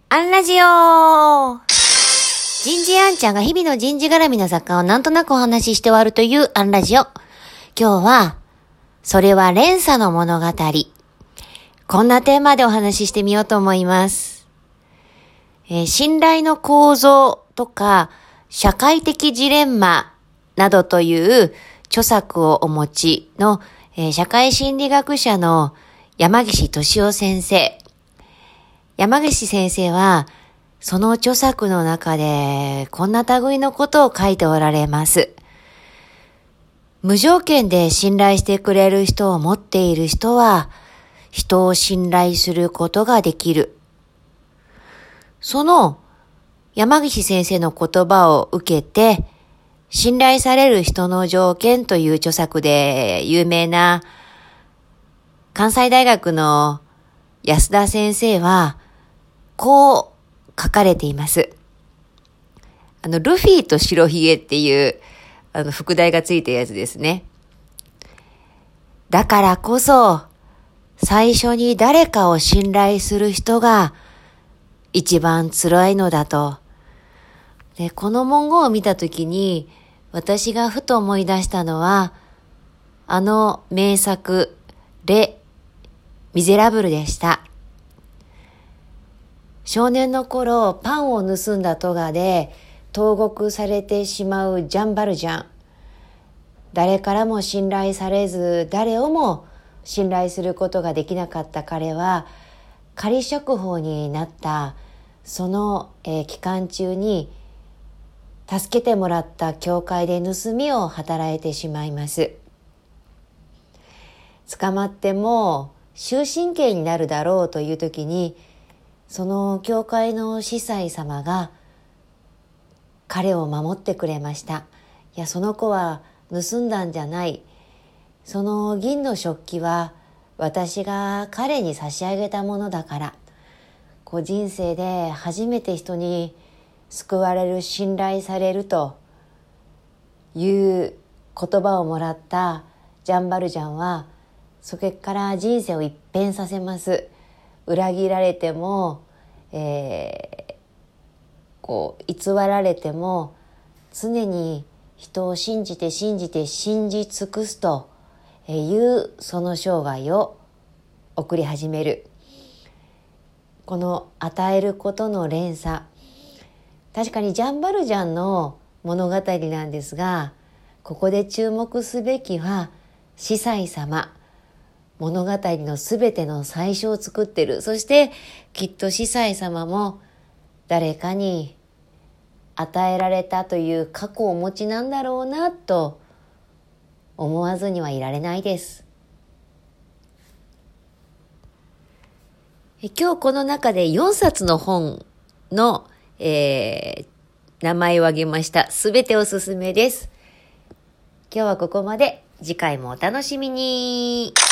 アンラジオ人事アンちゃんが日々の人事絡みの雑貨をなんとなくお話しして終わるというアンラジオ。今日は、それは連鎖の物語。こんなテーマでお話ししてみようと思います。信頼の構造とか、社会的ジレンマなどという著作をお持ちの、社会心理学者の山岸俊夫先生。山岸先生は、その著作の中でこんな類のことを書いておられます。無条件で信頼してくれる人を持っている人は、人を信頼することができる。その山岸先生の言葉を受けて、信頼される人の条件という著作で有名な関西大学の安田先生は、こう書かれています。ルフィと白ひげっていう、副題がついたやつですね。だからこそ、最初に誰かを信頼する人が一番辛いのだと。で、この文言を見たときに、私がふと思い出したのは、名作、レ・ミゼラブルでした。少年の頃、パンを盗んだトガで投獄されてしまうジャン・バルジャン。誰からも信頼されず、誰をも信頼することができなかった彼は、仮釈放になったその、期間中に、助けてもらった教会で盗みを働いてしまいます。捕まっても終身刑になるだろうという時に、その教会の司祭様が彼を守ってくれました。いや、その子は盗んだんじゃない。その銀の食器は私が彼に差し上げたものだから。人生で初めて人に救われる、信頼されるという言葉をもらったジャン・バルジャンは、それから人生を一変させます。裏切られても、偽られても常に人を信じ信じ尽くすというその生涯を送り始める。この与えることの連鎖、確かにジャン・バルジャンの物語なんですが、ここで注目すべきは司祭様。物語のすべての最初を作っている。そしてきっと司祭様も誰かに与えられたという過去をお持ちなんだろうなと思わずにはいられないです。今日この中で4冊の本の、名前を挙げました。すべておすすめです。今日はここまで。次回もお楽しみに。